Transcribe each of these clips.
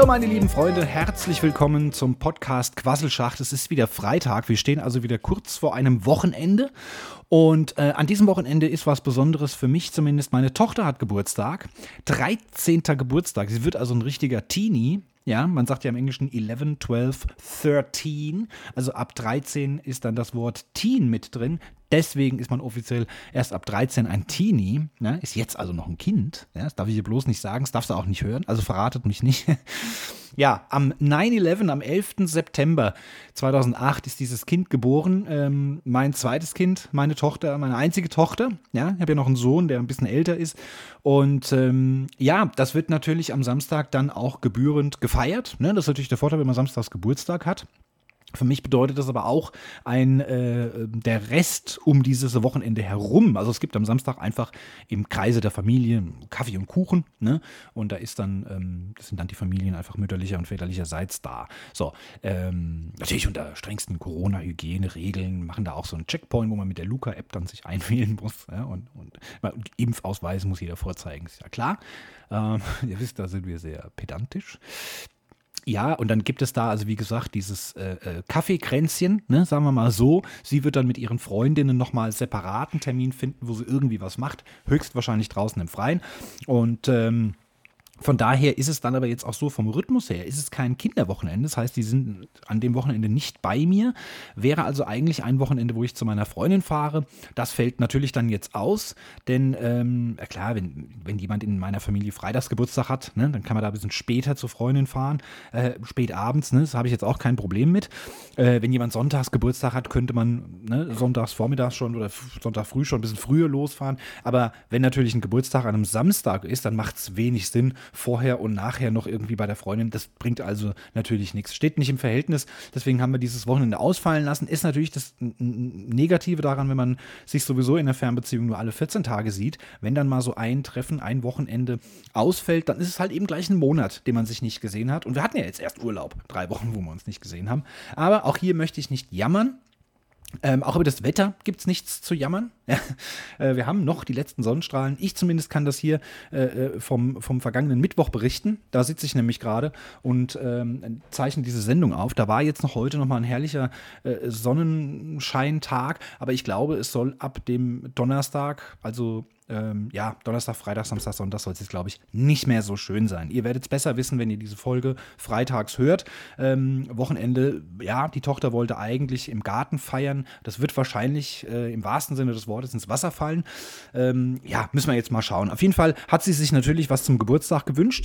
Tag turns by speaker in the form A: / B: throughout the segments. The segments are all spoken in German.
A: Hallo meine lieben Freunde, herzlich willkommen zum Podcast Quasselschacht. Es ist wieder Freitag, wir stehen also wieder kurz vor einem Wochenende und an diesem Wochenende ist was Besonderes für mich zumindest. Meine Tochter hat Geburtstag, 13. Geburtstag, sie wird also ein richtiger Teenie. Ja, man sagt ja im Englischen 11, 12, 13, also ab 13 ist dann das Wort Teen mit drin. Deswegen ist man offiziell erst ab 13 ein Teenie, ne? Ist jetzt also noch ein Kind. Ja? Das darf ich hier bloß nicht sagen, das darfst du auch nicht hören, also verratet mich nicht. Ja, am 9/11, am 11. September 2008 ist dieses Kind geboren. Mein zweites Kind, meine Tochter, meine einzige Tochter. Ja, ich habe ja noch einen Sohn, der ein bisschen älter ist. Und ja, das wird natürlich am Samstag dann auch gebührend gefeiert. Ne? Das ist natürlich der Vorteil, wenn man samstags Geburtstag hat. Für mich bedeutet das aber auch der Rest um dieses Wochenende herum. Also es gibt am Samstag einfach im Kreise der Familie Kaffee und Kuchen, ne? Und da ist dann, das sind dann die Familien einfach mütterlicher und väterlicherseits da. So, natürlich unter strengsten Corona-Hygiene-Regeln, machen da auch so einen Checkpoint, wo man mit der Luca-App dann sich einwählen muss. Ja? Und Impfausweis muss jeder vorzeigen, ist ja klar. Ihr wisst, da sind wir sehr pedantisch. Ja, und dann gibt es da, also wie gesagt, dieses Kaffeekränzchen, ne, sagen wir mal so. Sie wird dann mit ihren Freundinnen nochmal separaten Termin finden, wo sie irgendwie was macht. Höchstwahrscheinlich draußen im Freien. Und von daher ist es dann aber jetzt auch so vom Rhythmus her, ist es kein Kinderwochenende. Das heißt, die sind an dem Wochenende nicht bei mir. Wäre also eigentlich ein Wochenende, wo ich zu meiner Freundin fahre. Das fällt natürlich dann jetzt aus, denn klar, wenn jemand in meiner Familie Freitagsgeburtstag hat, ne, dann kann man da ein bisschen später zur Freundin fahren, spät abends, ne, das habe ich jetzt auch kein Problem mit. Wenn jemand Sonntagsgeburtstag hat, könnte man sonntags vormittags schon oder Sonntag früh schon ein bisschen früher losfahren. Aber wenn natürlich ein Geburtstag an einem Samstag ist, dann macht es wenig Sinn, vorher und nachher noch irgendwie bei der Freundin. Das bringt also natürlich nichts. Steht nicht im Verhältnis. Deswegen haben wir dieses Wochenende ausfallen lassen. Ist natürlich das Negative daran, wenn man sich sowieso in der Fernbeziehung nur alle 14 Tage sieht. Wenn dann mal so ein Treffen, ein Wochenende ausfällt, dann ist es halt eben gleich ein Monat, den man sich nicht gesehen hat. Und wir hatten ja jetzt erst Urlaub. 3 Wochen, wo wir uns nicht gesehen haben. Aber auch hier möchte ich nicht jammern. Auch über das Wetter gibt es nichts zu jammern. Ja, wir haben noch die letzten Sonnenstrahlen. Ich zumindest kann das hier vom vergangenen Mittwoch berichten. Da sitze ich nämlich gerade und zeichne diese Sendung auf. Da war jetzt noch heute nochmal ein herrlicher Sonnenscheintag. Aber ich glaube, es soll ab dem Donnerstag, also Donnerstag, Freitag, Samstag, Sonntag soll es jetzt, glaube ich, nicht mehr so schön sein. Ihr werdet es besser wissen, wenn ihr diese Folge freitags hört. Wochenende, ja, die Tochter wollte eigentlich im Garten feiern. Das wird wahrscheinlich im wahrsten Sinne des Wortes ins Wasser fallen. Müssen wir jetzt mal schauen. Auf jeden Fall hat sie sich natürlich was zum Geburtstag gewünscht,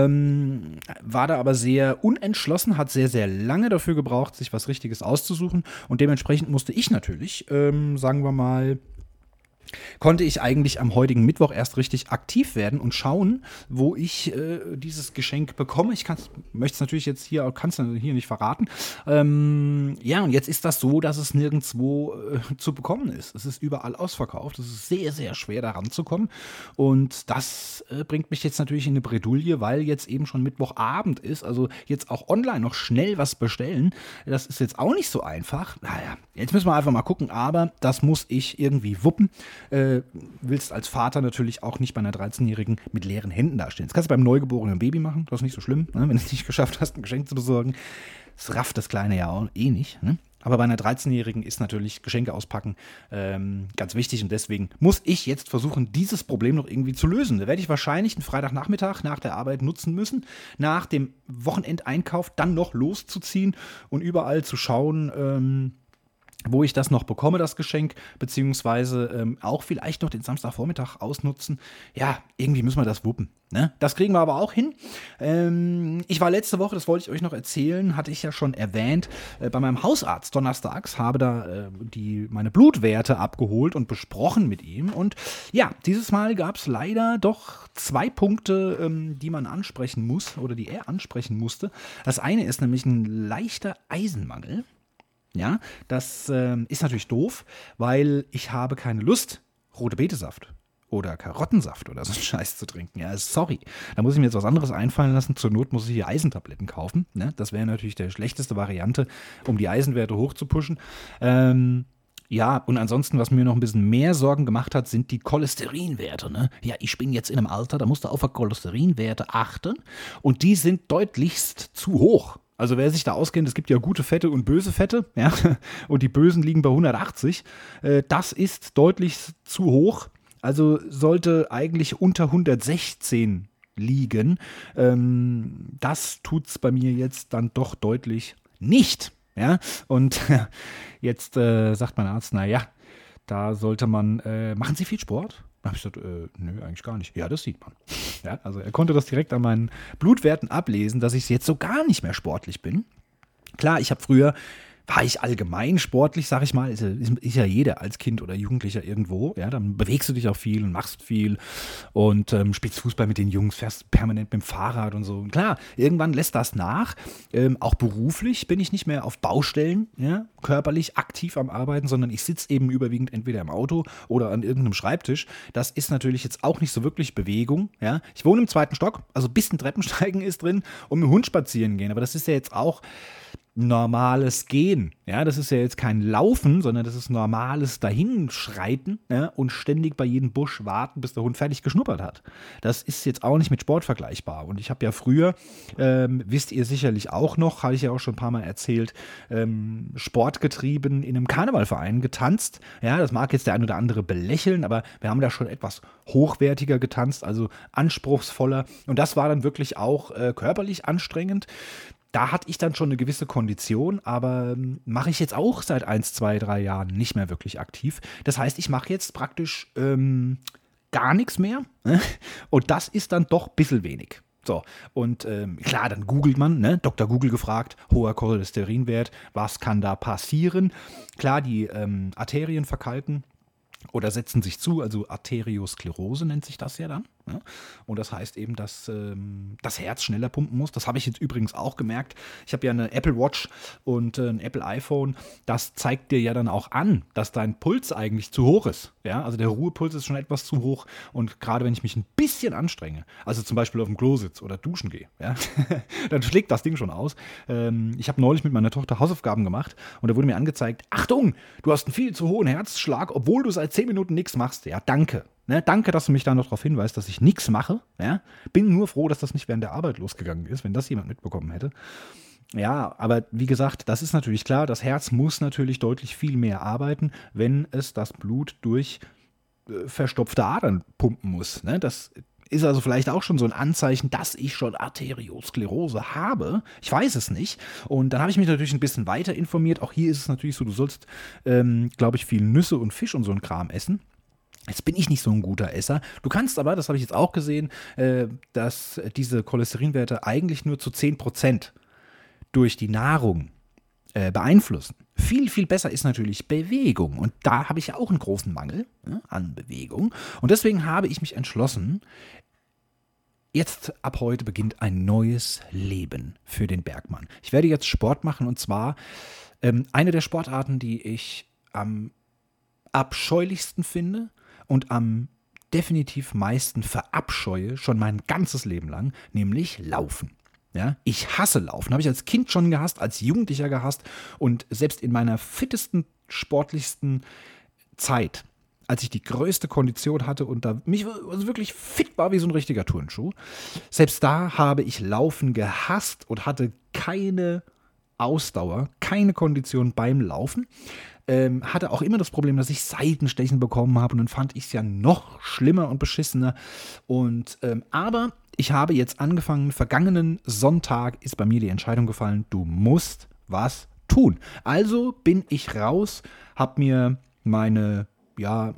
A: war da aber sehr unentschlossen, hat sehr, sehr lange dafür gebraucht, sich was Richtiges auszusuchen. Und dementsprechend musste ich natürlich, sagen wir mal, konnte ich eigentlich am heutigen Mittwoch erst richtig aktiv werden und schauen, wo ich dieses Geschenk bekomme. Möchte es natürlich jetzt hier, kann es hier nicht verraten. Und jetzt ist das so, dass es nirgendwo zu bekommen ist. Es ist überall ausverkauft. Es ist sehr, sehr schwer, da ranzukommen. Und das bringt mich jetzt natürlich in eine Bredouille, weil jetzt eben schon Mittwochabend ist. Also jetzt auch online noch schnell was bestellen. Das ist jetzt auch nicht so einfach. Naja, jetzt müssen wir einfach mal gucken. Aber das muss ich irgendwie wuppen. Willst als Vater natürlich auch nicht bei einer 13-Jährigen mit leeren Händen dastehen. Das kannst du beim neugeborenen Baby machen, das ist nicht so schlimm, ne? Wenn du es nicht geschafft hast, ein Geschenk zu besorgen. Das rafft das Kleine ja auch eh nicht. Ne? Aber bei einer 13-Jährigen ist natürlich Geschenke auspacken ganz wichtig und deswegen muss ich jetzt versuchen, dieses Problem noch irgendwie zu lösen. Da werde ich wahrscheinlich einen Freitagnachmittag nach der Arbeit nutzen müssen, nach dem Wochenendeinkauf dann noch loszuziehen und überall zu schauen, wo ich das noch bekomme, das Geschenk, beziehungsweise auch vielleicht noch den Samstagvormittag ausnutzen. Ja, irgendwie müssen wir das wuppen. Ne? Das kriegen wir aber auch hin. Ich war letzte Woche, das wollte ich euch noch erzählen, hatte ich ja schon erwähnt, bei meinem Hausarzt donnerstags, habe da meine Blutwerte abgeholt und besprochen mit ihm. Und ja, dieses Mal gab es leider doch 2 Punkte, die man ansprechen muss oder die er ansprechen musste. Das eine ist nämlich ein leichter Eisenmangel. Ja, das ist natürlich doof, weil ich habe keine Lust, rote Betesaft oder Karottensaft oder so einen Scheiß zu trinken. Ja, sorry. Da muss ich mir jetzt was anderes einfallen lassen. Zur Not muss ich hier Eisentabletten kaufen. Ne? Das wäre natürlich die schlechteste Variante, um die Eisenwerte hochzupushen. Ja, und ansonsten, was mir noch ein bisschen mehr Sorgen gemacht hat, sind die Cholesterinwerte. Ne? Ja, ich bin jetzt in einem Alter, da musst du auf die Cholesterinwerte achten und die sind deutlichst zu hoch. Also wer sich da auskennt, es gibt ja gute Fette und böse Fette, ja, und die bösen liegen bei 180. Das ist deutlich zu hoch, also sollte eigentlich unter 116 liegen. Das tut's bei mir jetzt dann doch deutlich nicht. Ja, und jetzt sagt mein Arzt, naja, da sollte man, machen Sie viel Sport? Da habe ich gesagt, nö, eigentlich gar nicht. Ja, das sieht man. Ja, also er konnte das direkt an meinen Blutwerten ablesen, dass ich jetzt so gar nicht mehr sportlich bin. Klar, war ich allgemein sportlich, sag ich mal, ist ja jeder als Kind oder Jugendlicher irgendwo, ja, dann bewegst du dich auch viel und machst viel und spielst Fußball mit den Jungs, fährst permanent mit dem Fahrrad und so. Und klar, irgendwann lässt das nach, auch beruflich bin ich nicht mehr auf Baustellen, ja, körperlich aktiv am Arbeiten, sondern ich sitze eben überwiegend entweder im Auto oder an irgendeinem Schreibtisch. Das ist natürlich jetzt auch nicht so wirklich Bewegung, ja. Ich wohne im 2. Stock, also ein bisschen Treppensteigen ist drin und mit dem Hund spazieren gehen, aber das ist ja jetzt auch normales Gehen. Ja, das ist ja jetzt kein Laufen, sondern das ist normales Dahinschreiten, ja, und ständig bei jedem Busch warten, bis der Hund fertig geschnuppert hat. Das ist jetzt auch nicht mit Sport vergleichbar. Und ich habe ja früher, wisst ihr sicherlich auch noch, habe ich ja auch schon ein paar Mal erzählt, Sport getrieben in einem Karnevalverein getanzt. Ja, das mag jetzt der ein oder andere belächeln, aber wir haben da schon etwas hochwertiger getanzt, also anspruchsvoller. Und das war dann wirklich auch körperlich anstrengend. Da hatte ich dann schon eine gewisse Kondition, aber mache ich jetzt auch seit 1, 2, 3 Jahren nicht mehr wirklich aktiv. Das heißt, ich mache jetzt praktisch gar nichts mehr und das ist dann doch ein bisschen wenig. So, und klar, dann googelt man, ne? Dr. Google gefragt, hoher Cholesterinwert, was kann da passieren? Klar, die Arterien verkalken oder setzen sich zu, also Arteriosklerose nennt sich das ja dann. Ja? Und das heißt eben, dass das Herz schneller pumpen muss. Das habe ich jetzt übrigens auch gemerkt. Ich habe ja eine Apple Watch und ein Apple iPhone. Das zeigt dir ja dann auch an, dass dein Puls eigentlich zu hoch ist. Ja? Also der Ruhepuls ist schon etwas zu hoch. Und gerade wenn ich mich ein bisschen anstrenge, also zum Beispiel auf dem Klo sitze oder duschen gehe, ja? Dann schlägt das Ding schon aus. Ich habe neulich mit meiner Tochter Hausaufgaben gemacht und da wurde mir angezeigt, Achtung, du hast einen viel zu hohen Herzschlag, obwohl du seit 10 Minuten nichts machst. Ja, danke. Ne, danke, dass du mich da noch darauf hinweist, dass ich nichts mache. Ja? Bin nur froh, dass das nicht während der Arbeit losgegangen ist, wenn das jemand mitbekommen hätte. Ja, aber wie gesagt, das ist natürlich klar, das Herz muss natürlich deutlich viel mehr arbeiten, wenn es das Blut durch verstopfte Adern pumpen muss. Ne? Das ist also vielleicht auch schon so ein Anzeichen, dass ich schon Arteriosklerose habe. Ich weiß es nicht. Und dann habe ich mich natürlich ein bisschen weiter informiert. Auch hier ist es natürlich so, du sollst, glaube ich, viel Nüsse und Fisch und so ein Kram essen. Jetzt bin ich nicht so ein guter Esser. Du kannst aber, das habe ich jetzt auch gesehen, dass diese Cholesterinwerte eigentlich nur zu 10% durch die Nahrung beeinflussen. Viel, viel besser ist natürlich Bewegung. Und da habe ich ja auch einen großen Mangel an Bewegung. Und deswegen habe ich mich entschlossen, jetzt ab heute beginnt ein neues Leben für den Bergmann. Ich werde jetzt Sport machen und zwar eine der Sportarten, die ich am abscheulichsten finde und am definitiv meisten verabscheue, schon mein ganzes Leben lang, nämlich Laufen. Ja, ich hasse Laufen. Habe ich als Kind schon gehasst, als Jugendlicher gehasst und selbst in meiner fittesten, sportlichsten Zeit, als ich die größte Kondition hatte und da mich also wirklich fit war wie so ein richtiger Turnschuh, selbst da habe ich Laufen gehasst und hatte keine Ausdauer, keine Kondition beim Laufen. Hatte auch immer das Problem, dass ich Seitenstechen bekommen habe und dann fand ich es ja noch schlimmer und beschissener. Aber ich habe jetzt angefangen, vergangenen Sonntag ist bei mir die Entscheidung gefallen, du musst was tun. Also bin ich raus, habe mir meine, ja,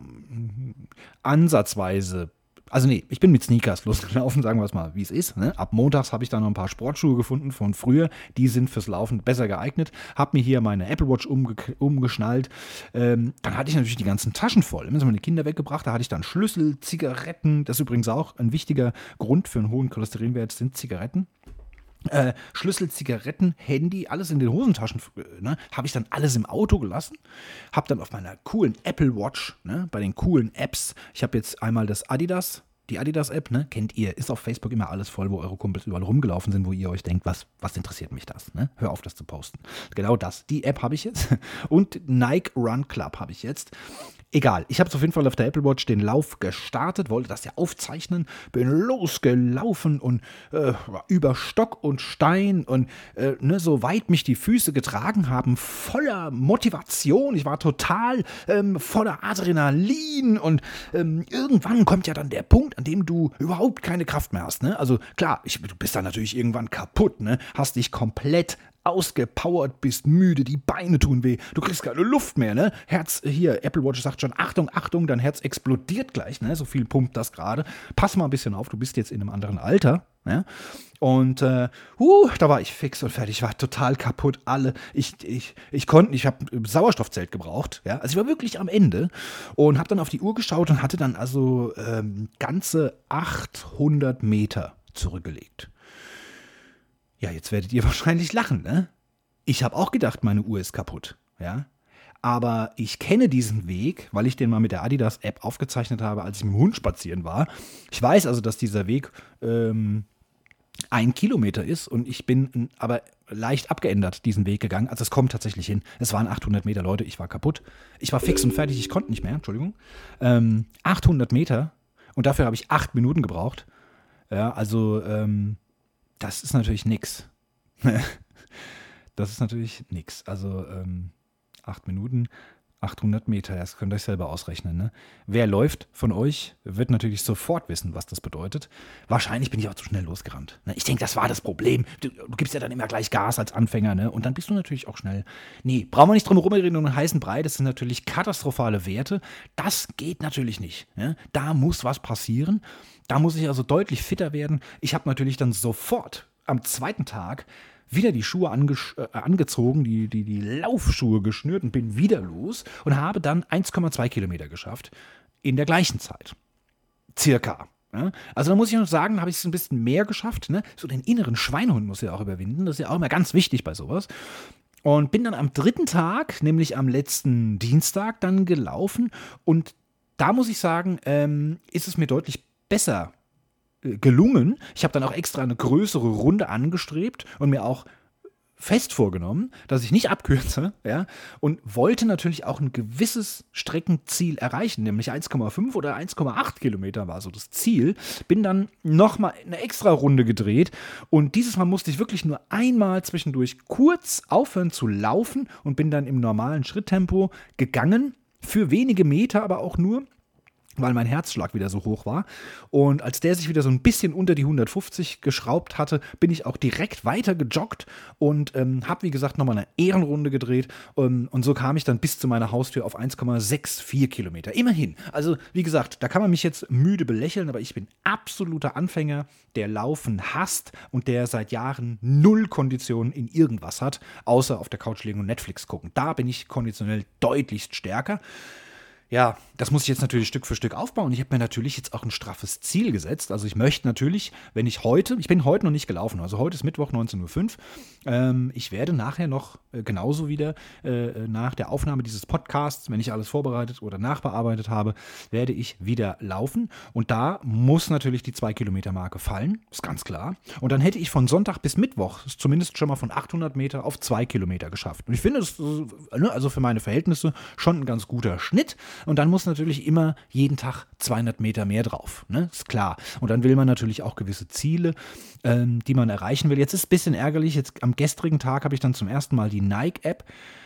A: ansatzweise, also nee, ich bin mit Sneakers losgelaufen, sagen wir es mal, wie es ist. Ne? Ab montags habe ich dann noch ein paar Sportschuhe gefunden von früher, die sind fürs Laufen besser geeignet. Habe mir hier meine Apple Watch umgeschnallt. Dann hatte ich natürlich die ganzen Taschen voll. Dann sind meine Kinder weggebracht, da hatte ich dann Schlüssel, Zigaretten. Das ist übrigens auch ein wichtiger Grund für einen hohen Cholesterinwert, sind Zigaretten. Schlüssel, Zigaretten, Handy, alles in den Hosentaschen, ne, habe ich dann alles im Auto gelassen, habe dann auf meiner coolen Apple Watch, ne, bei den coolen Apps, ich habe jetzt einmal das Adidas Die Adidas-App, ne, kennt ihr, ist auf Facebook immer alles voll, wo eure Kumpels überall rumgelaufen sind, wo ihr euch denkt, was interessiert mich das? Ne? Hör auf, das zu posten. Genau das. Die App habe ich jetzt und Nike Run Club habe ich jetzt. Egal, ich habe auf jeden Fall auf der Apple Watch den Lauf gestartet, wollte das ja aufzeichnen, bin losgelaufen und über Stock und Stein und so weit mich die Füße getragen haben, voller Motivation. Ich war total voller Adrenalin und irgendwann kommt ja dann der Punkt, an dem du überhaupt keine Kraft mehr hast. Ne? Also klar, du bist dann natürlich irgendwann kaputt, ne? Hast dich komplett ausgepowert, bist müde, die Beine tun weh, du kriegst keine Luft mehr, ne? Herz, hier, Apple Watch sagt schon, Achtung, Achtung, dein Herz explodiert gleich, ne? So viel pumpt das gerade. Pass mal ein bisschen auf, du bist jetzt in einem anderen Alter, ne? Und da war ich fix und fertig, ich war total kaputt, ich habe ein Sauerstoffzelt gebraucht, ja? Also ich war wirklich am Ende und habe dann auf die Uhr geschaut und hatte dann also ganze 800 Meter zurückgelegt. Ja, jetzt werdet ihr wahrscheinlich lachen, ne? Ich habe auch gedacht, meine Uhr ist kaputt, ja? Aber ich kenne diesen Weg, weil ich den mal mit der Adidas-App aufgezeichnet habe, als ich mit dem Hund spazieren war. Ich weiß also, dass dieser Weg 1 Kilometer ist und ich bin aber leicht abgeändert diesen Weg gegangen. Also es kommt tatsächlich hin. Es waren 800 Meter, Leute, ich war kaputt. Ich war fix und fertig, ich konnte nicht mehr, Entschuldigung. 800 Meter und dafür habe ich 8 Minuten gebraucht. Ja, also das ist natürlich nix. Das ist natürlich nix. Also 8 Minuten, 800 Meter, das könnt ihr euch selber ausrechnen. Ne? Wer läuft von euch, wird natürlich sofort wissen, was das bedeutet. Wahrscheinlich bin ich auch zu schnell losgerannt. Ne? Ich denke, das war das Problem. Du gibst ja dann immer gleich Gas als Anfänger, ne? Und dann bist du natürlich auch schnell. Nee, brauchen wir nicht drum herum reden um einen heißen Brei. Das sind natürlich katastrophale Werte. Das geht natürlich nicht. Ne? Da muss was passieren. Da muss ich also deutlich fitter werden. Ich habe natürlich dann sofort am zweiten Tag wieder die Schuhe angezogen, die Laufschuhe geschnürt und bin wieder los und habe dann 1,2 Kilometer geschafft in der gleichen Zeit. Circa. Ja? Also da muss ich noch sagen, habe ich es ein bisschen mehr geschafft. Ne? So den inneren Schweinehund muss ich auch überwinden. Das ist ja auch immer ganz wichtig bei sowas. Und bin dann am dritten Tag, nämlich am letzten Dienstag, dann gelaufen. Und da muss ich sagen, ist es mir deutlich besser gelungen. Ich habe dann auch extra eine größere Runde angestrebt und mir auch fest vorgenommen, dass ich nicht abkürze, ja, und wollte natürlich auch ein gewisses Streckenziel erreichen, nämlich 1,5 oder 1,8 Kilometer war so das Ziel. Bin dann nochmal eine extra Runde gedreht und dieses Mal musste ich wirklich nur einmal zwischendurch kurz aufhören zu laufen und bin dann im normalen Schritttempo gegangen, für wenige Meter aber auch nur, weil mein Herzschlag wieder so hoch war. Und als der sich wieder so ein bisschen unter die 150 geschraubt hatte, bin ich auch direkt weiter gejoggt und habe, wie gesagt, nochmal eine Ehrenrunde gedreht. Und so kam ich dann bis zu meiner Haustür auf 1,64 Kilometer. Immerhin. Also, wie gesagt, da kann man mich jetzt müde belächeln, aber ich bin absoluter Anfänger, der Laufen hasst und der seit Jahren null Konditionen in irgendwas hat, außer auf der Couch liegen und Netflix gucken. Da bin ich konditionell deutlichst stärker. Ja, das muss ich jetzt natürlich Stück für Stück aufbauen. Ich habe mir natürlich jetzt auch ein straffes Ziel gesetzt. Also ich möchte natürlich, ich bin heute noch nicht gelaufen, also heute ist Mittwoch 19.05 Uhr. Ich werde nachher noch genauso wieder nach der Aufnahme dieses Podcasts, wenn ich alles vorbereitet oder nachbearbeitet habe, werde ich wieder laufen. Und da muss natürlich die 2-Kilometer-Marke fallen, ist ganz klar. Und dann hätte ich von Sonntag bis Mittwoch zumindest schon mal von 800 Meter auf 2 Kilometer geschafft. Und ich finde das, also für meine Verhältnisse, schon ein ganz guter Schnitt. Und dann muss natürlich immer jeden Tag 200 Meter mehr drauf, ne? Ist klar. Und dann will man natürlich auch gewisse Ziele, die man erreichen will. Jetzt ist es ein bisschen ärgerlich, jetzt am gestrigen Tag habe ich dann zum ersten Mal die Nike-App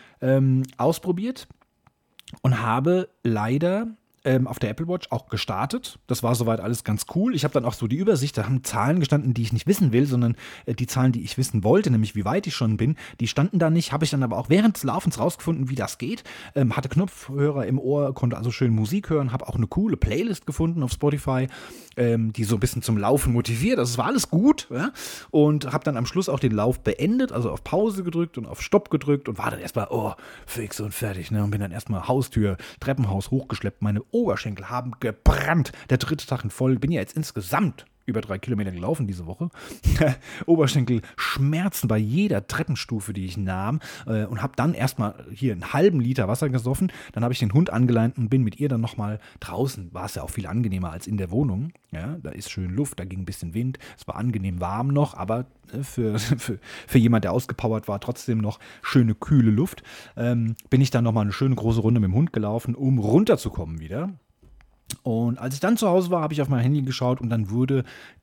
A: ausprobiert und habe leider auf der Apple Watch auch gestartet. Das war soweit alles ganz cool. Ich habe dann auch so die Übersicht, da haben Zahlen gestanden, die ich nicht wissen will, sondern die Zahlen, die ich wissen wollte, nämlich wie weit ich schon bin, die standen da nicht. Habe ich dann aber auch während des Laufens rausgefunden, wie das geht. Hatte Knopfhörer im Ohr, konnte also schön Musik hören, habe auch eine coole Playlist gefunden auf Spotify, die so ein bisschen zum Laufen motiviert. Also es war alles gut, ja? Und habe dann am Schluss auch den Lauf beendet, also auf Pause gedrückt und auf Stopp gedrückt und war dann erstmal, fix und fertig, ne? Und bin dann erstmal Haustür, Treppenhaus hochgeschleppt, meine Oberschenkel haben gebrannt. Der dritte Tag in Folge, bin ja jetzt insgesamt über 3 Kilometer gelaufen diese Woche. Oberschenkel schmerzen bei jeder Treppenstufe, die ich nahm, und habe dann erstmal hier einen halben Liter Wasser gesoffen. Dann habe ich den Hund angeleint und bin mit ihr dann nochmal draußen. War es ja auch viel angenehmer als in der Wohnung. Ja, da ist schön Luft, da ging ein bisschen Wind. Es war angenehm warm noch, aber für jemand, der ausgepowert war, trotzdem noch schöne, kühle Luft. Bin ich dann nochmal eine schöne große Runde mit dem Hund gelaufen, um runterzukommen wieder. Und als ich dann zu Hause war, habe ich auf mein Handy geschaut und dann wurde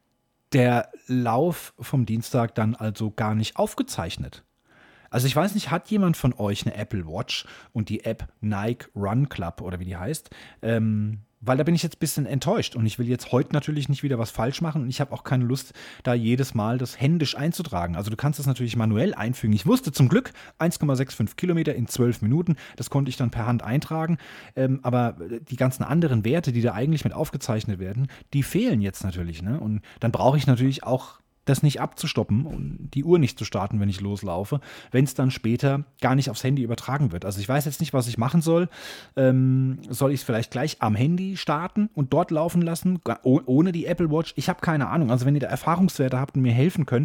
A: der Lauf vom Dienstag dann also gar nicht aufgezeichnet. Also ich weiß nicht, hat jemand von euch eine Apple Watch und die App Nike Run Club oder wie die heißt? Weil da bin ich jetzt ein bisschen enttäuscht und ich will jetzt heute natürlich nicht wieder was falsch machen und ich habe auch keine Lust, da jedes Mal das händisch einzutragen. Also du kannst das natürlich manuell einfügen. Ich wusste zum Glück 1,65 Kilometer in 12 Minuten. Das konnte ich dann per Hand eintragen. Aber die ganzen anderen Werte, die da eigentlich mit aufgezeichnet werden, die fehlen jetzt natürlich. Ne? Und dann brauche ich natürlich auch das nicht abzustoppen und die Uhr nicht zu starten, wenn ich loslaufe, wenn es dann später gar nicht aufs Handy übertragen wird. Also ich weiß jetzt nicht, was ich machen soll. Soll ich es vielleicht gleich am Handy starten und dort laufen lassen, ohne die Apple Watch? Ich habe keine Ahnung. Also wenn ihr da Erfahrungswerte habt und mir helfen könnt,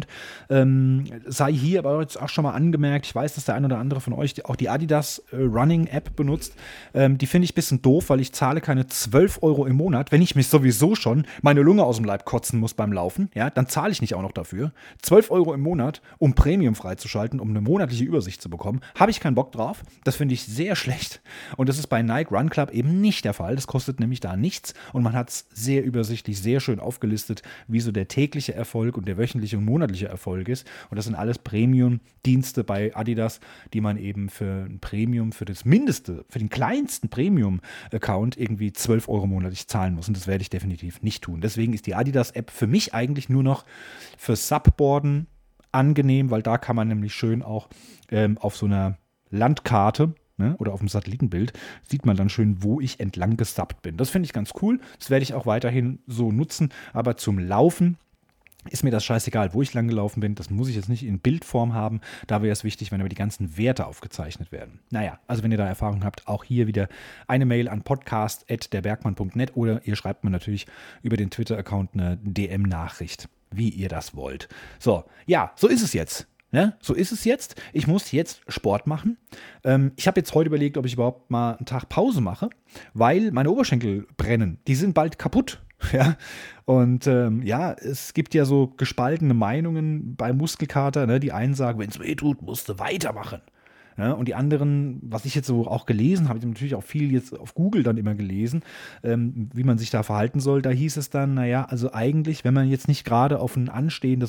A: sei hier aber jetzt auch schon mal angemerkt, ich weiß, dass der ein oder andere von euch auch die Adidas Running App benutzt. Die finde ich ein bisschen doof, weil ich zahle keine 12 Euro im Monat. Wenn ich mich sowieso schon meine Lunge aus dem Leib kotzen muss beim Laufen, ja, dann zahle ich nicht auch noch dafür. 12 Euro im Monat, um Premium freizuschalten, um eine monatliche Übersicht zu bekommen. Habe ich keinen Bock drauf. Das finde ich sehr schlecht. Und das ist bei Nike Run Club eben nicht der Fall. Das kostet nämlich da nichts und man hat es sehr übersichtlich, sehr schön aufgelistet, wie so der tägliche Erfolg und der wöchentliche und monatliche Erfolg ist. Und das sind alles Premium-Dienste bei Adidas, die man eben für ein Premium, für das Mindeste, für den kleinsten Premium-Account irgendwie 12 Euro monatlich zahlen muss. Und das werde ich definitiv nicht tun. Deswegen ist die Adidas-App für mich eigentlich nur noch für Subboarden angenehm, weil da kann man nämlich schön auch auf so einer Landkarte, ne, oder auf dem Satellitenbild sieht man dann schön, wo ich entlang gesubbt bin. Das finde ich ganz cool. Das werde ich auch weiterhin so nutzen. Aber zum Laufen ist mir das scheißegal, wo ich lang gelaufen bin. Das muss ich jetzt nicht in Bildform haben. Da wäre es wichtig, wenn aber die ganzen Werte aufgezeichnet werden. Naja, also wenn ihr da Erfahrung habt, auch hier wieder eine Mail an podcast@derbergmann.net oder ihr schreibt mir natürlich über den Twitter-Account eine DM-Nachricht, wie ihr das wollt. So, ja, so ist es jetzt. Ne? So ist es jetzt. Ich muss jetzt Sport machen. Ich habe jetzt heute überlegt, ob ich überhaupt mal einen Tag Pause mache, weil meine Oberschenkel brennen. Die sind bald kaputt. Ja, und ja, es gibt ja so gespaltene Meinungen bei Muskelkater. Ne? Die einen sagen, wenn es weh tut, musst du weitermachen. Ja, und die anderen, was ich jetzt so auch gelesen habe, ich habe natürlich auch viel jetzt auf Google dann immer gelesen, wie man sich da verhalten soll. Da hieß es dann, naja, also eigentlich, wenn man jetzt nicht gerade auf einen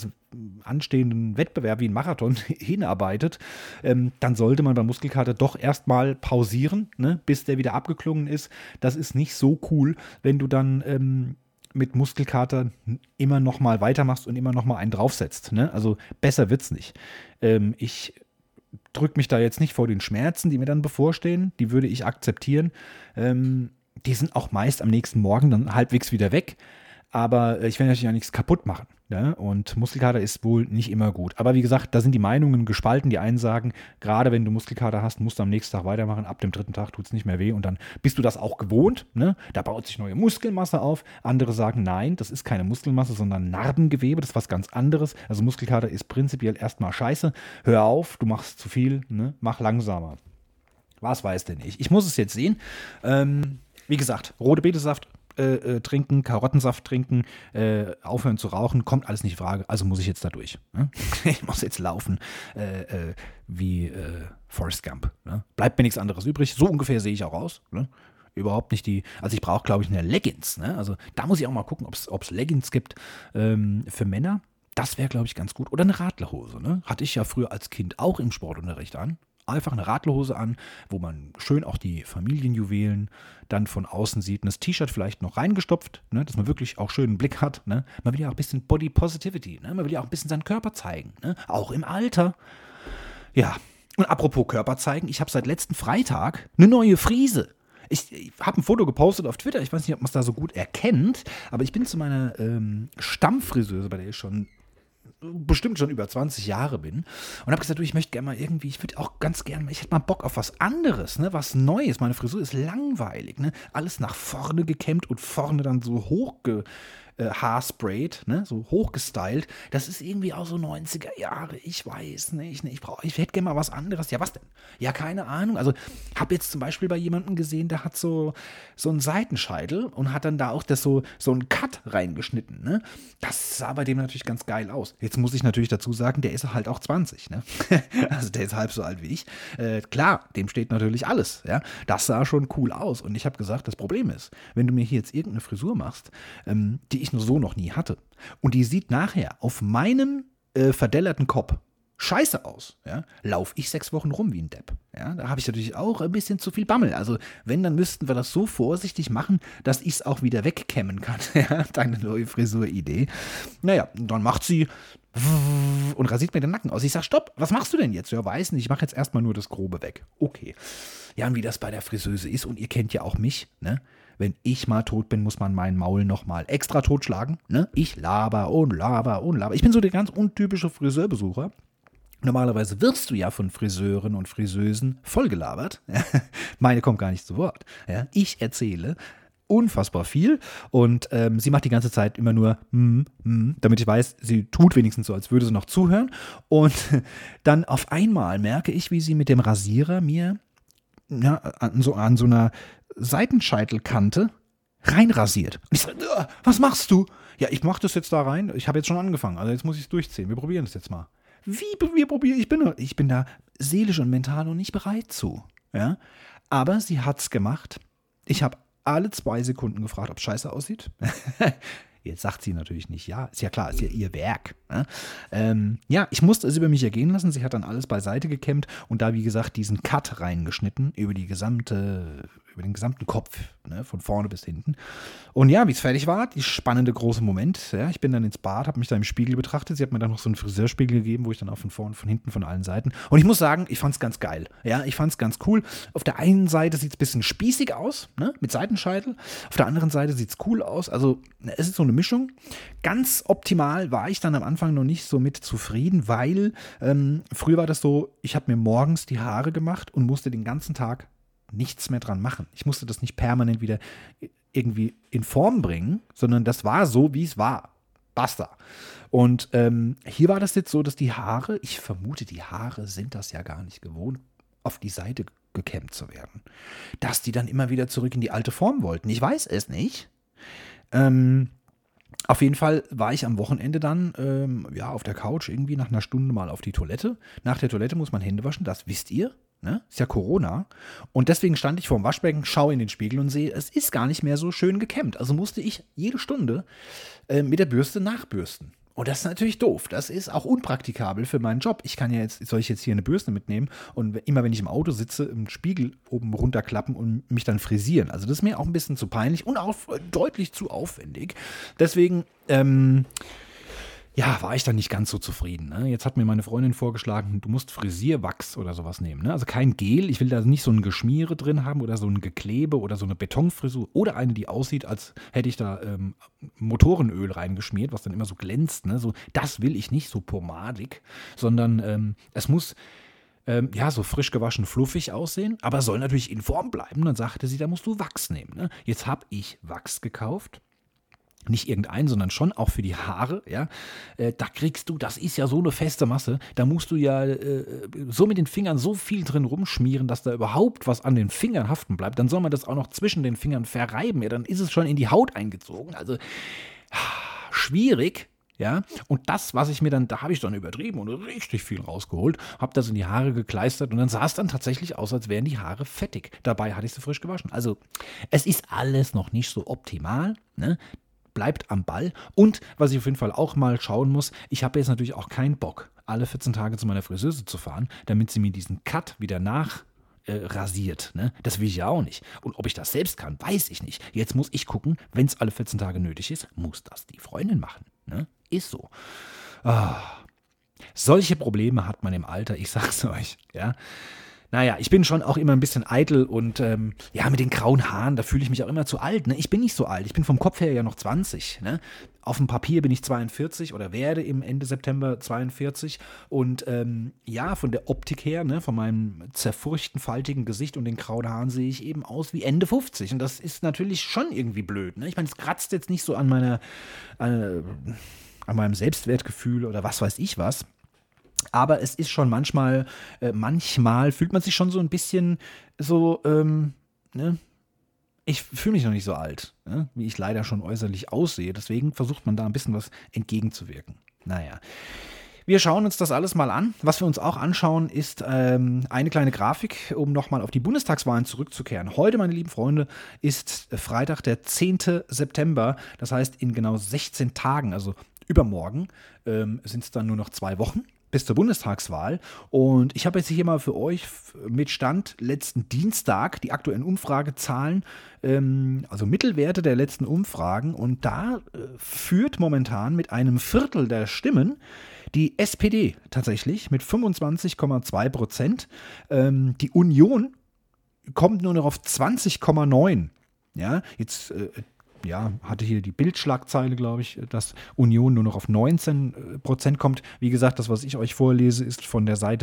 A: anstehenden Wettbewerb wie einen Marathon hinarbeitet, dann sollte man beim Muskelkater doch erstmal pausieren, ne, bis der wieder abgeklungen ist. Das ist nicht so cool, wenn du dann mit Muskelkater immer noch mal weitermachst und immer noch mal einen draufsetzt. Ne? Also besser wird's nicht. Ich drücke mich da jetzt nicht vor den Schmerzen, die mir dann bevorstehen. Die würde ich akzeptieren. Die sind auch meist am nächsten Morgen dann halbwegs wieder weg. Aber ich will natürlich auch nichts kaputt machen. Ne? Und Muskelkater ist wohl nicht immer gut. Aber wie gesagt, da sind die Meinungen gespalten. Die einen sagen, gerade wenn du Muskelkater hast, musst du am nächsten Tag weitermachen. Ab dem 3. Tag tut es nicht mehr weh. Und dann bist du das auch gewohnt. Ne? Da baut sich neue Muskelmasse auf. Andere sagen, nein, das ist keine Muskelmasse, sondern Narbengewebe. Das ist was ganz anderes. Also Muskelkater ist prinzipiell erstmal scheiße. Hör auf, du machst zu viel. Ne? Mach langsamer. Was weiß denn ich? Ich muss es jetzt sehen. Wie gesagt, rote Betesaft trinken, Karottensaft trinken, aufhören zu rauchen, kommt alles nicht in Frage, also muss ich jetzt da durch. Ne? Ich muss jetzt laufen wie Forrest Gump. Ne? Bleibt mir nichts anderes übrig, so ungefähr sehe ich auch aus. Ne? Überhaupt nicht also ich brauche, glaube ich, eine Leggings. Ne? Also da muss ich auch mal gucken, ob es Leggings gibt für Männer. Das wäre, glaube ich, ganz gut. Oder eine Radlerhose. Ne? Hatte ich ja früher als Kind auch im Sportunterricht an. Einfach eine Radlerhose an, wo man schön auch die Familienjuwelen dann von außen sieht. Und das T-Shirt vielleicht noch reingestopft, ne, dass man wirklich auch schön einen Blick hat. Ne. Man will ja auch ein bisschen Body Positivity. Ne. Man will ja auch ein bisschen seinen Körper zeigen. Ne. Auch im Alter. Ja, und apropos Körper zeigen, ich habe seit letzten Freitag eine neue Frise. Ich habe ein Foto gepostet auf Twitter. Ich weiß nicht, ob man es da so gut erkennt. Aber ich bin zu meiner Stammfriseuse, bei der ich schon bestimmt schon über 20 Jahre bin und habe gesagt, du, ich möchte gerne mal irgendwie, ich würde auch ganz gerne, ich hätte mal Bock auf was anderes, ne, was Neues. Meine Frisur ist langweilig, ne, alles nach vorne gekämmt und vorne dann so hoch Haarsprayed, ne, so hochgestylt. Das ist irgendwie auch so 90er Jahre. Ich weiß nicht, ne, ich hätte gerne mal was anderes. Ja, was denn? Ja, keine Ahnung. Also, habe jetzt zum Beispiel bei jemandem gesehen, der hat so einen Seitenscheitel und hat dann da auch so einen Cut reingeschnitten, ne. Das sah bei dem natürlich ganz geil aus. Jetzt muss ich natürlich dazu sagen, der ist halt auch 20, ne. Also, der ist halb so alt wie ich. Klar, dem steht natürlich alles, ja. Das sah schon cool aus. Und ich habe gesagt, das Problem ist, wenn du mir hier jetzt irgendeine Frisur machst, die ich nur so noch nie hatte, und die sieht nachher auf meinem verdellerten Kopf scheiße aus, ja, laufe ich 6 Wochen rum wie ein Depp. Ja, da habe ich natürlich auch ein bisschen zu viel Bammel. Also wenn, dann müssten wir das so vorsichtig machen, dass ich es auch wieder wegkämmen kann. Ja, deine neue Frisuridee. Naja, dann macht sie und rasiert mir den Nacken aus. Ich sage, stopp, was machst du denn jetzt? Ja, weiß nicht, ich mache jetzt erstmal nur das Grobe weg. Okay. Ja, und wie das bei der Friseuse ist, und ihr kennt ja auch mich, ne? Wenn ich mal tot bin, muss man meinen Maul nochmal extra totschlagen, ne? Ich laber und laber und laber. Ich bin so der ganz untypische Friseurbesucher. Normalerweise wirst du ja von Friseuren und Friseusen vollgelabert. Meine kommt gar nicht zu Wort. Ja, ich erzähle unfassbar viel und sie macht die ganze Zeit immer nur damit ich weiß, sie tut wenigstens so, als würde sie noch zuhören. Und dann auf einmal merke ich, wie sie mit dem Rasierer mir an so einer Seitenscheitelkante reinrasiert. Und ich sage, was machst du? Ja, ich mache das jetzt da rein. Ich habe jetzt schon angefangen, also jetzt muss ich es durchziehen. Wir probieren es jetzt mal. Wie wir probieren? Ich bin da seelisch und mental noch nicht bereit zu. Ja? Aber sie hat's gemacht. Ich habe alle 2 Sekunden gefragt, ob es scheiße aussieht. Jetzt sagt sie natürlich nicht ja. Ist ja klar, ist ja ihr Werk. Ne? Ja, ich musste es über mich ergehen lassen. Sie hat dann alles beiseite gekämmt und da, wie gesagt, diesen Cut reingeschnitten über den gesamten Kopf, ne, von vorne bis hinten. Und ja, wie es fertig war, die spannende große Moment. Ja, ich bin dann ins Bad, habe mich da im Spiegel betrachtet. Sie hat mir dann noch so einen Friseurspiegel gegeben, wo ich dann auch von vorne, von hinten, von allen Seiten. Und ich muss sagen, ich fand es ganz geil. Ja, ich fand es ganz cool. Auf der einen Seite sieht es ein bisschen spießig aus, ne, mit Seitenscheitel. Auf der anderen Seite sieht es cool aus. Also es ist so eine Mischung. Ganz optimal war ich dann am Anfang noch nicht so mit zufrieden, weil früher war das so, ich habe mir morgens die Haare gemacht und musste den ganzen Tag nichts mehr dran machen. Ich musste das nicht permanent wieder irgendwie in Form bringen, sondern das war so, wie es war. Basta. Und hier war das jetzt so, dass die Haare, ich vermute, die Haare sind das ja gar nicht gewohnt, auf die Seite gekämmt zu werden. Dass die dann immer wieder zurück in die alte Form wollten. Ich weiß es nicht. Auf jeden Fall war ich am Wochenende dann auf der Couch irgendwie nach einer Stunde mal auf die Toilette. Nach der Toilette muss man Hände waschen, das wisst ihr. Ne? Ist ja Corona. Und deswegen stand ich vor dem Waschbecken, schaue in den Spiegel und sehe, es ist gar nicht mehr so schön gekämmt. Also musste ich jede Stunde mit der Bürste nachbürsten. Und das ist natürlich doof. Das ist auch unpraktikabel für meinen Job. Soll ich jetzt hier eine Bürste mitnehmen und immer wenn ich im Auto sitze, im Spiegel oben runterklappen und mich dann frisieren. Also das ist mir auch ein bisschen zu peinlich und auch deutlich zu aufwendig. Deswegen, war ich dann nicht ganz so zufrieden. Ne? Jetzt hat mir meine Freundin vorgeschlagen, du musst Frisierwachs oder sowas nehmen. Ne? Also kein Gel. Ich will da nicht so ein Geschmiere drin haben oder so ein Geklebe oder so eine Betonfrisur oder eine, die aussieht, als hätte ich da Motorenöl reingeschmiert, was dann immer so glänzt. Ne? So, das will ich nicht, so pomadig, sondern es muss so frisch gewaschen, fluffig aussehen, aber soll natürlich in Form bleiben. Dann sagte sie, da musst du Wachs nehmen. Ne? Jetzt habe ich Wachs gekauft. Nicht irgendein, sondern schon auch für die Haare, ja. Da kriegst du, das ist ja so eine feste Masse, da musst du ja so mit den Fingern so viel drin rumschmieren, dass da überhaupt was an den Fingern haften bleibt. Dann soll man das auch noch zwischen den Fingern verreiben, ja, dann ist es schon in die Haut eingezogen. Also schwierig, ja. Und das, was ich mir dann, da habe ich dann übertrieben und richtig viel rausgeholt, habe das in die Haare gekleistert und dann sah es dann tatsächlich aus, als wären die Haare fettig. Dabei hatte ich sie frisch gewaschen. Also es ist alles noch nicht so optimal, ne? Bleibt am Ball. Und was ich auf jeden Fall auch mal schauen muss, ich habe jetzt natürlich auch keinen Bock, alle 14 Tage zu meiner Friseuse zu fahren, damit sie mir diesen Cut wieder rasiert. Ne? Das will ich ja auch nicht. Und ob ich das selbst kann, weiß ich nicht. Jetzt muss ich gucken, wenn es alle 14 Tage nötig ist, muss das die Freundin machen. Ne? Ist so. Solche Probleme hat man im Alter, ich sag's euch. Ja? Naja, ich bin schon auch immer ein bisschen eitel und ja, mit den grauen Haaren, da fühle ich mich auch immer zu alt. Ne? Ich bin nicht so alt, ich bin vom Kopf her ja noch 20. Ne? Auf dem Papier bin ich 42 oder werde im Ende September 42. Und ja, von der Optik her, ne, von meinem zerfurchten, faltigen Gesicht und den grauen Haaren sehe ich eben aus wie Ende 50. Und das ist natürlich schon irgendwie blöd. Ne? Ich meine, es kratzt jetzt nicht so an an meinem Selbstwertgefühl oder was weiß ich was. Aber es ist schon manchmal fühlt man sich schon so ein bisschen so, ne? Ich fühle mich noch nicht so alt, ne? Wie ich leider schon äußerlich aussehe. Deswegen versucht man da ein bisschen was entgegenzuwirken. Naja. Wir schauen uns das alles mal an. Was wir uns auch anschauen, ist eine kleine Grafik, um nochmal auf die Bundestagswahlen zurückzukehren. Heute, meine lieben Freunde, ist Freitag, der 10. September. Das heißt, in genau 16 Tagen, also übermorgen, sind es dann nur noch 2 Wochen bis zur Bundestagswahl. Und ich habe jetzt hier mal für euch mit Stand letzten Dienstag die aktuellen Umfragezahlen, also Mittelwerte der letzten Umfragen. Und da führt momentan mit einem Viertel der Stimmen die SPD tatsächlich mit 25,2%. Die Union kommt nur noch auf 20,9%. Ja, jetzt hatte hier die Bildschlagzeile, glaube ich, dass Union nur noch auf 19% kommt. Wie gesagt, das, was ich euch vorlese, ist von der Seite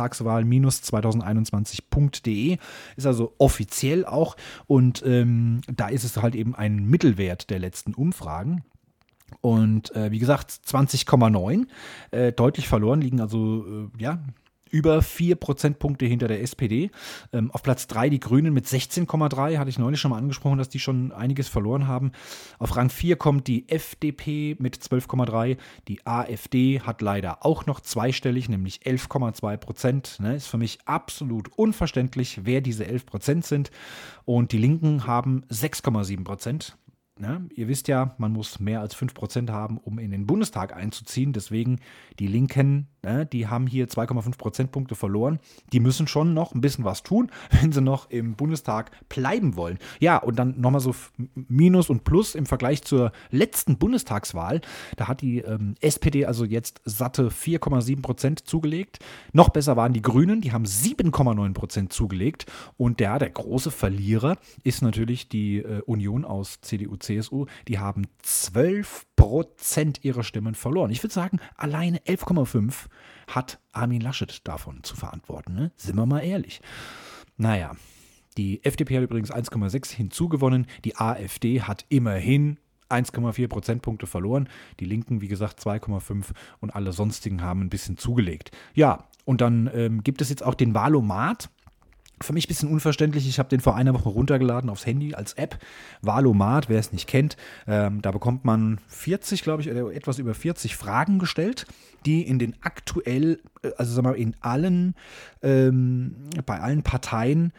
A: Bundestagswahl-2021.de. Ist also offiziell auch. Und da ist es halt eben ein Mittelwert der letzten Umfragen. Und wie gesagt, 20,9 deutlich verloren, liegen also über 4 Prozentpunkte hinter der SPD. Auf Platz 3 die Grünen mit 16,3, hatte ich neulich schon mal angesprochen, dass die schon einiges verloren haben. Auf Rang 4 kommt die FDP mit 12,3. Die AfD hat leider auch noch zweistellig, nämlich 11,2%. Ne? Ist für mich absolut unverständlich, wer diese 11% sind. Und die Linken haben 6,7%. Ja, ihr wisst ja, man muss mehr als 5% haben, um in den Bundestag einzuziehen. Deswegen die Linken, die haben hier 2,5 Prozentpunkte verloren. Die müssen schon noch ein bisschen was tun, wenn sie noch im Bundestag bleiben wollen. Ja, und dann nochmal so Minus und Plus im Vergleich zur letzten Bundestagswahl. Da hat die SPD also jetzt satte 4,7% zugelegt. Noch besser waren die Grünen, die haben 7,9% zugelegt. Und der große Verlierer ist natürlich die Union aus CDU, CSU, die haben 12% ihrer Stimmen verloren. Ich würde sagen, alleine 11,5 hat Armin Laschet davon zu verantworten. Ne? Sind wir mal ehrlich. Naja, die FDP hat übrigens 1,6 hinzugewonnen. Die AfD hat immerhin 1,4 Prozentpunkte verloren. Die Linken, wie gesagt, 2,5 und alle sonstigen haben ein bisschen zugelegt. Ja, und dann gibt es jetzt auch den Wahlomat. Für mich ein bisschen unverständlich, ich habe den vor einer Woche runtergeladen aufs Handy als App. Wahlomat, wer es nicht kennt, da bekommt man 40, glaube ich, oder etwas über 40 Fragen gestellt, die in den also sagen wir mal, in allen, bei allen Parteien,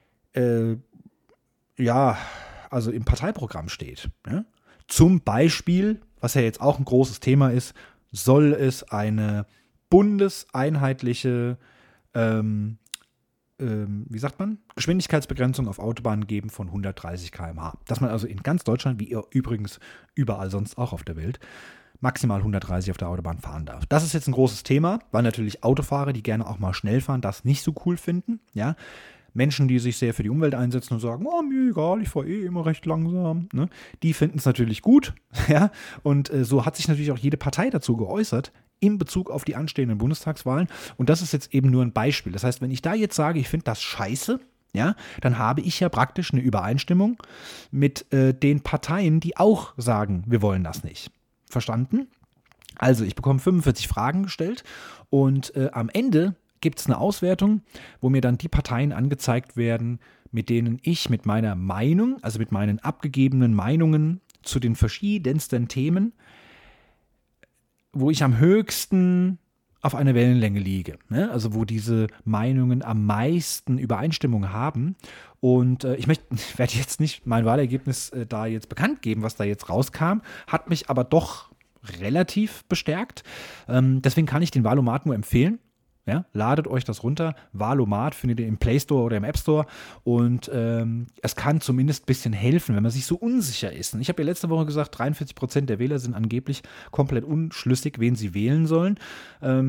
A: also im Parteiprogramm steht. Ja? Zum Beispiel, was ja jetzt auch ein großes Thema ist, soll es eine bundeseinheitliche Geschwindigkeitsbegrenzung auf Autobahnen geben von 130 km/h. Dass man also in ganz Deutschland, wie übrigens überall sonst auch auf der Welt, maximal 130 auf der Autobahn fahren darf. Das ist jetzt ein großes Thema, weil natürlich Autofahrer, die gerne auch mal schnell fahren, das nicht so cool finden. Ja? Menschen, die sich sehr für die Umwelt einsetzen und sagen, oh, mir egal, ich fahre immer recht langsam, ne? Die finden es natürlich gut. Ja? Und so hat sich natürlich auch jede Partei dazu geäußert, in Bezug auf die anstehenden Bundestagswahlen. Und das ist jetzt eben nur ein Beispiel. Das heißt, wenn ich da jetzt sage, ich finde das scheiße, ja, dann habe ich ja praktisch eine Übereinstimmung mit den Parteien, die auch sagen, wir wollen das nicht. Verstanden? Also, ich bekomme 45 Fragen gestellt und am Ende gibt es eine Auswertung, wo mir dann die Parteien angezeigt werden, mit denen ich mit meiner Meinung, also mit meinen abgegebenen Meinungen zu den verschiedensten Themen, wo ich am höchsten auf einer Wellenlänge liege. Ne? Also wo diese Meinungen am meisten Übereinstimmung haben. Und ich werde jetzt nicht mein Wahlergebnis da jetzt bekannt geben, was da jetzt rauskam, hat mich aber doch relativ bestärkt. Deswegen kann ich den Wahlomat nur empfehlen. Ja, ladet euch das runter. Wahlomat findet ihr im Play Store oder im App Store. Und es kann zumindest ein bisschen helfen, wenn man sich so unsicher ist. Und ich habe ja letzte Woche gesagt, 43% der Wähler sind angeblich komplett unschlüssig, wen sie wählen sollen.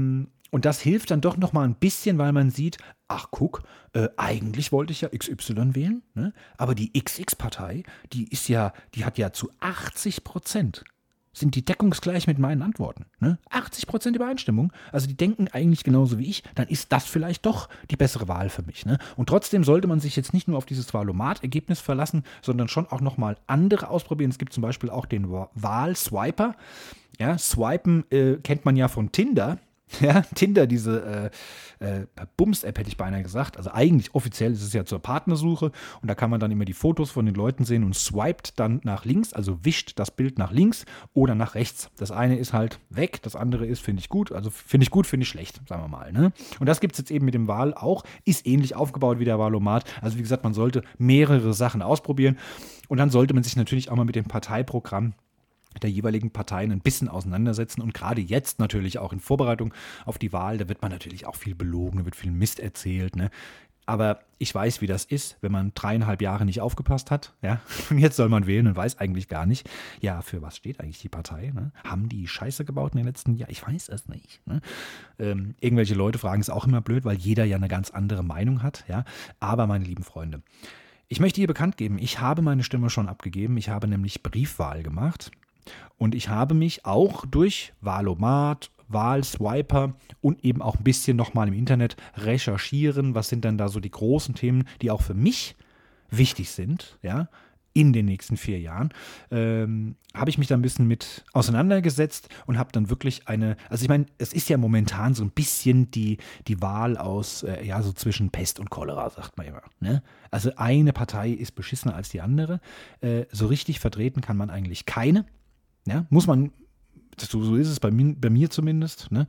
A: Und das hilft dann doch nochmal ein bisschen, weil man sieht, ach guck, eigentlich wollte ich ja XY wählen, ne? Aber die XX-Partei, die hat ja zu 80% sind die deckungsgleich mit meinen Antworten. Ne? 80% Übereinstimmung. Also die denken eigentlich genauso wie ich. Dann ist das vielleicht doch die bessere Wahl für mich. Ne? Und trotzdem sollte man sich jetzt nicht nur auf dieses Wahlomat-Ergebnis verlassen, sondern schon auch nochmal andere ausprobieren. Es gibt zum Beispiel auch den Wahlswiper. Ja, Swipen kennt man ja von Tinder. Ja, Tinder, diese Bums-App hätte ich beinahe gesagt. Also eigentlich offiziell ist es ja zur Partnersuche und da kann man dann immer die Fotos von den Leuten sehen und swiped dann nach links, also wischt das Bild nach links oder nach rechts. Das eine ist halt weg, das andere ist, finde ich gut. Also finde ich gut, finde ich schlecht, sagen wir mal. Ne? Und das gibt es jetzt eben mit dem Wahl auch. Ist ähnlich aufgebaut wie der Wahlomat. Also wie gesagt, man sollte mehrere Sachen ausprobieren und dann sollte man sich natürlich auch mal mit dem Parteiprogramm der jeweiligen Parteien ein bisschen auseinandersetzen und gerade jetzt natürlich auch in Vorbereitung auf die Wahl, da wird man natürlich auch viel belogen, da wird viel Mist erzählt, ne? Aber ich weiß, wie das ist, wenn man 3,5 Jahre nicht aufgepasst hat, ja, und jetzt soll man wählen und weiß eigentlich gar nicht, ja, für was steht eigentlich die Partei, ne? Haben die Scheiße gebaut in den letzten Jahren? Ich weiß es nicht, ne? Irgendwelche Leute fragen, ist auch immer blöd, weil jeder ja eine ganz andere Meinung hat, ja, aber meine lieben Freunde, ich möchte hier bekannt geben, ich habe meine Stimme schon abgegeben, ich habe nämlich Briefwahl gemacht. Und ich habe mich auch durch Wahlomat, Wahlswiper und eben auch ein bisschen nochmal im Internet recherchieren, was sind dann da so die großen Themen, die auch für mich wichtig sind, ja, in den nächsten 4 Jahren, habe ich mich da ein bisschen mit auseinandergesetzt und habe dann wirklich also ich meine, es ist ja momentan so ein bisschen die Wahl aus, ja, so zwischen Pest und Cholera, sagt man immer, ne? Also eine Partei ist beschissener als die andere, so richtig vertreten kann man eigentlich keine. Ja, muss man, so ist es bei mir zumindest. Ne?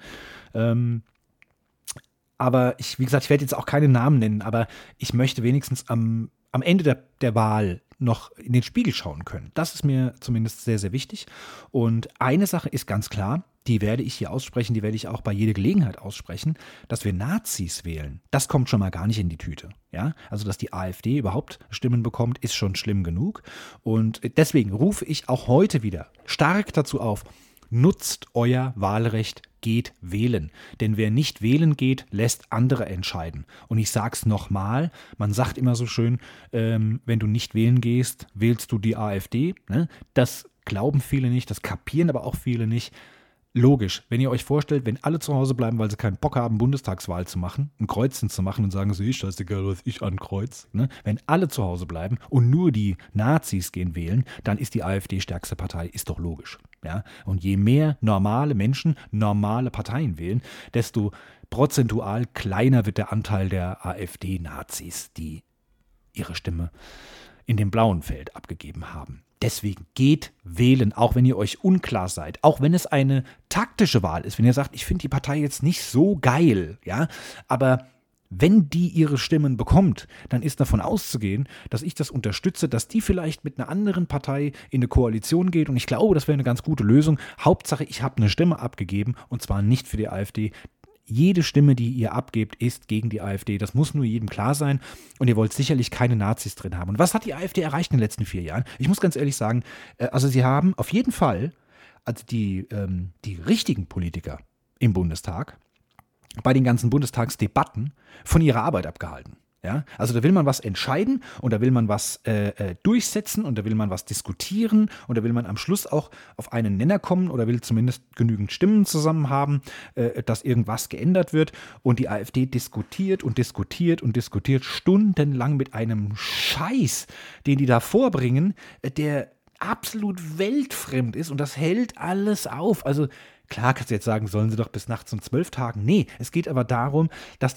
A: Aber wie gesagt, ich werde jetzt auch keine Namen nennen, aber ich möchte wenigstens am Ende der Wahl noch in den Spiegel schauen können. Das ist mir zumindest sehr, sehr wichtig. Und eine Sache ist ganz klar, die werde ich hier aussprechen, die werde ich auch bei jeder Gelegenheit aussprechen, dass wir Nazis wählen. Das kommt schon mal gar nicht in die Tüte. Ja? Also, dass die AfD überhaupt Stimmen bekommt, ist schon schlimm genug. Und deswegen rufe ich auch heute wieder stark dazu auf, nutzt euer Wahlrecht, geht wählen. Denn wer nicht wählen geht, lässt andere entscheiden. Und ich sage es nochmal, man sagt immer so schön, wenn du nicht wählen gehst, wählst du die AfD. Ne? Das glauben viele nicht, das kapieren aber auch viele nicht. Logisch, wenn ihr euch vorstellt, wenn alle zu Hause bleiben, weil sie keinen Bock haben, Bundestagswahl zu machen, ein Kreuzchen zu machen und sagen, so, scheißegal, was ich ankreuze. Ne? Wenn alle zu Hause bleiben und nur die Nazis gehen wählen, dann ist die AfD stärkste Partei, ist doch logisch. Ja? Und je mehr normale Menschen normale Parteien wählen, desto prozentual kleiner wird der Anteil der AfD-Nazis, die ihre Stimme in dem blauen Feld abgegeben haben. Deswegen geht wählen, auch wenn ihr euch unklar seid, auch wenn es eine taktische Wahl ist, wenn ihr sagt, ich finde die Partei jetzt nicht so geil, ja, aber wenn die ihre Stimmen bekommt, dann ist davon auszugehen, dass ich das unterstütze, dass die vielleicht mit einer anderen Partei in eine Koalition geht und ich glaube, das wäre eine ganz gute Lösung. Hauptsache, ich habe eine Stimme abgegeben und zwar nicht für die AfD. Jede Stimme, die ihr abgebt, ist gegen die AfD. Das muss nur jedem klar sein. Und ihr wollt sicherlich keine Nazis drin haben. Und was hat die AfD erreicht in den letzten 4 Jahren? Ich muss ganz ehrlich sagen, also sie haben auf jeden Fall, also die richtigen Politiker im Bundestag, bei den ganzen Bundestagsdebatten von ihrer Arbeit abgehalten. Ja, also da will man was entscheiden und da will man was durchsetzen und da will man was diskutieren und da will man am Schluss auch auf einen Nenner kommen oder will zumindest genügend Stimmen zusammen haben, dass irgendwas geändert wird. Und die AfD diskutiert und diskutiert und diskutiert stundenlang mit einem Scheiß, den die da vorbringen, der absolut weltfremd ist und das hält alles auf. Also klar kannst du jetzt sagen, sollen sie doch bis nachts um 12 tagen. Nee, es geht aber darum, dass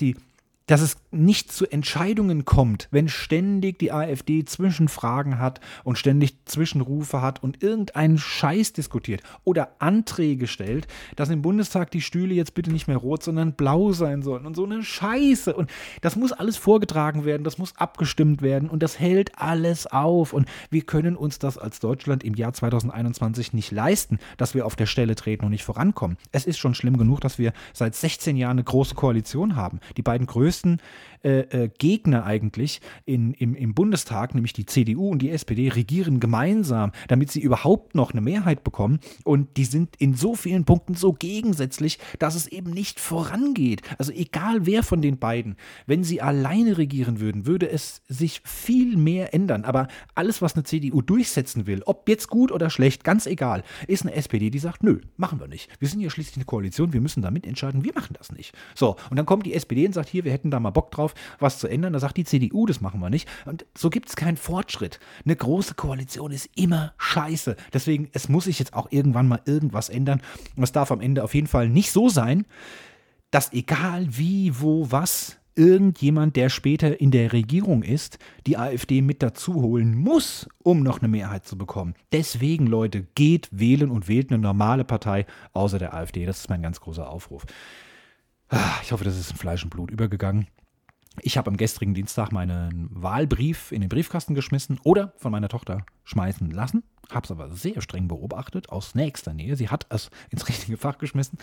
A: es nicht zu Entscheidungen kommt, wenn ständig die AfD Zwischenfragen hat und ständig Zwischenrufe hat und irgendeinen Scheiß diskutiert oder Anträge stellt, dass im Bundestag die Stühle jetzt bitte nicht mehr rot, sondern blau sein sollen und so eine Scheiße. Und das muss alles vorgetragen werden, das muss abgestimmt werden und das hält alles auf. Und wir können uns das als Deutschland im Jahr 2021 nicht leisten, dass wir auf der Stelle treten und nicht vorankommen. Es ist schon schlimm genug, dass wir seit 16 Jahren eine große Koalition haben. Die beiden größten größten Gegner eigentlich im Bundestag, nämlich die CDU und die SPD, regieren gemeinsam, damit sie überhaupt noch eine Mehrheit bekommen. Und die sind in so vielen Punkten so gegensätzlich, dass es eben nicht vorangeht. Also egal wer von den beiden, wenn sie alleine regieren würden, würde es sich viel mehr ändern. Aber alles, was eine CDU durchsetzen will, ob jetzt gut oder schlecht, ganz egal, ist eine SPD, die sagt, nö, machen wir nicht. Wir sind ja schließlich eine Koalition, wir müssen da mitentscheiden, wir machen das nicht. So, und dann kommt die SPD und sagt, hier, wir hätten da mal Bock drauf, was zu ändern. Da sagt die CDU, das machen wir nicht. Und so gibt es keinen Fortschritt. Eine große Koalition ist immer scheiße. Deswegen, es muss sich jetzt auch irgendwann mal irgendwas ändern. Und es darf am Ende auf jeden Fall nicht so sein, dass egal wie, wo, was, irgendjemand, der später in der Regierung ist, die AfD mit dazu holen muss, um noch eine Mehrheit zu bekommen. Deswegen, Leute, geht wählen und wählt eine normale Partei außer der AfD. Das ist mein ganz großer Aufruf. Ich hoffe, das ist in Fleisch und Blut übergegangen. Ich habe am gestrigen Dienstag meinen Wahlbrief in den Briefkasten geschmissen oder von meiner Tochter schmeißen lassen. Habe es aber sehr streng beobachtet, aus nächster Nähe. Sie hat es ins richtige Fach geschmissen.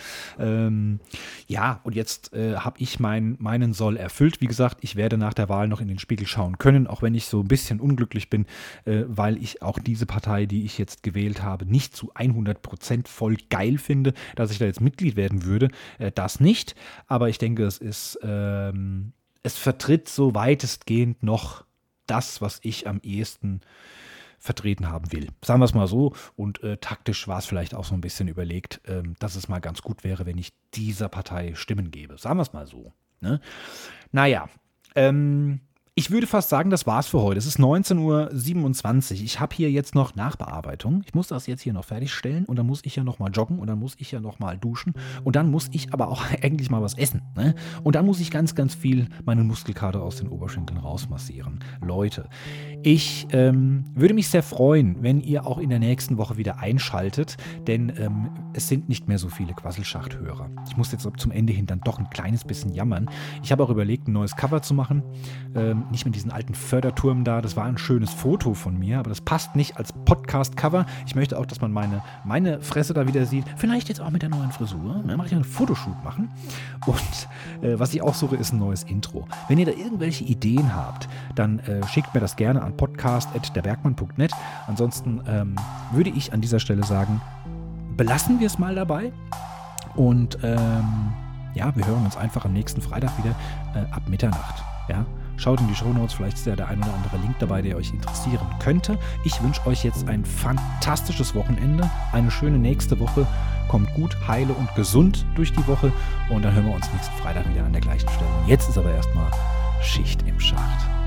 A: Ja, und jetzt habe ich meinen Soll erfüllt. Wie gesagt, ich werde nach der Wahl noch in den Spiegel schauen können, auch wenn ich so ein bisschen unglücklich bin, weil ich auch diese Partei, die ich jetzt gewählt habe, nicht zu 100% voll geil finde, dass ich da jetzt Mitglied werden würde. Das nicht, aber ich denke, es ist... Es vertritt so weitestgehend noch das, was ich am ehesten vertreten haben will. Sagen wir es mal so. Und taktisch war es vielleicht auch so ein bisschen überlegt, dass es mal ganz gut wäre, wenn ich dieser Partei Stimmen gebe. Sagen wir es mal so. Ne? Naja, ich würde fast sagen, das war's für heute. Es ist 19:27 Uhr. Ich habe hier jetzt noch Nachbearbeitung. Ich muss das jetzt hier noch fertigstellen und dann muss ich ja noch mal joggen und dann muss ich ja noch mal duschen und dann muss ich aber auch eigentlich mal was essen. Ne? Und dann muss ich ganz, ganz viel meine Muskelkater aus den Oberschenkeln rausmassieren. Leute, ich würde mich sehr freuen, wenn ihr auch in der nächsten Woche wieder einschaltet, denn es sind nicht mehr so viele Quasselschacht-Hörer. Ich muss jetzt zum Ende hin dann doch ein kleines bisschen jammern. Ich habe auch überlegt, ein neues Cover zu machen. Nicht mit diesen alten Förderturm da. Das war ein schönes Foto von mir, aber das passt nicht als Podcast-Cover. Ich möchte auch, dass man meine Fresse da wieder sieht. Vielleicht jetzt auch mit der neuen Frisur. Dann mache ich einen Fotoshoot machen. Und was ich auch suche, ist ein neues Intro. Wenn ihr da irgendwelche Ideen habt, dann schickt mir das gerne an podcast@derbergmann.net. Ansonsten würde ich an dieser Stelle sagen, belassen wir es mal dabei. Und ja, wir hören uns einfach am nächsten Freitag wieder ab Mitternacht. Ja? Schaut in die Shownotes, vielleicht ist ja der ein oder andere Link dabei, der euch interessieren könnte. Ich wünsche euch jetzt ein fantastisches Wochenende, eine schöne nächste Woche. Kommt gut, heile und gesund durch die Woche und dann hören wir uns nächsten Freitag wieder an der gleichen Stelle. Jetzt ist aber erstmal Schicht im Schacht.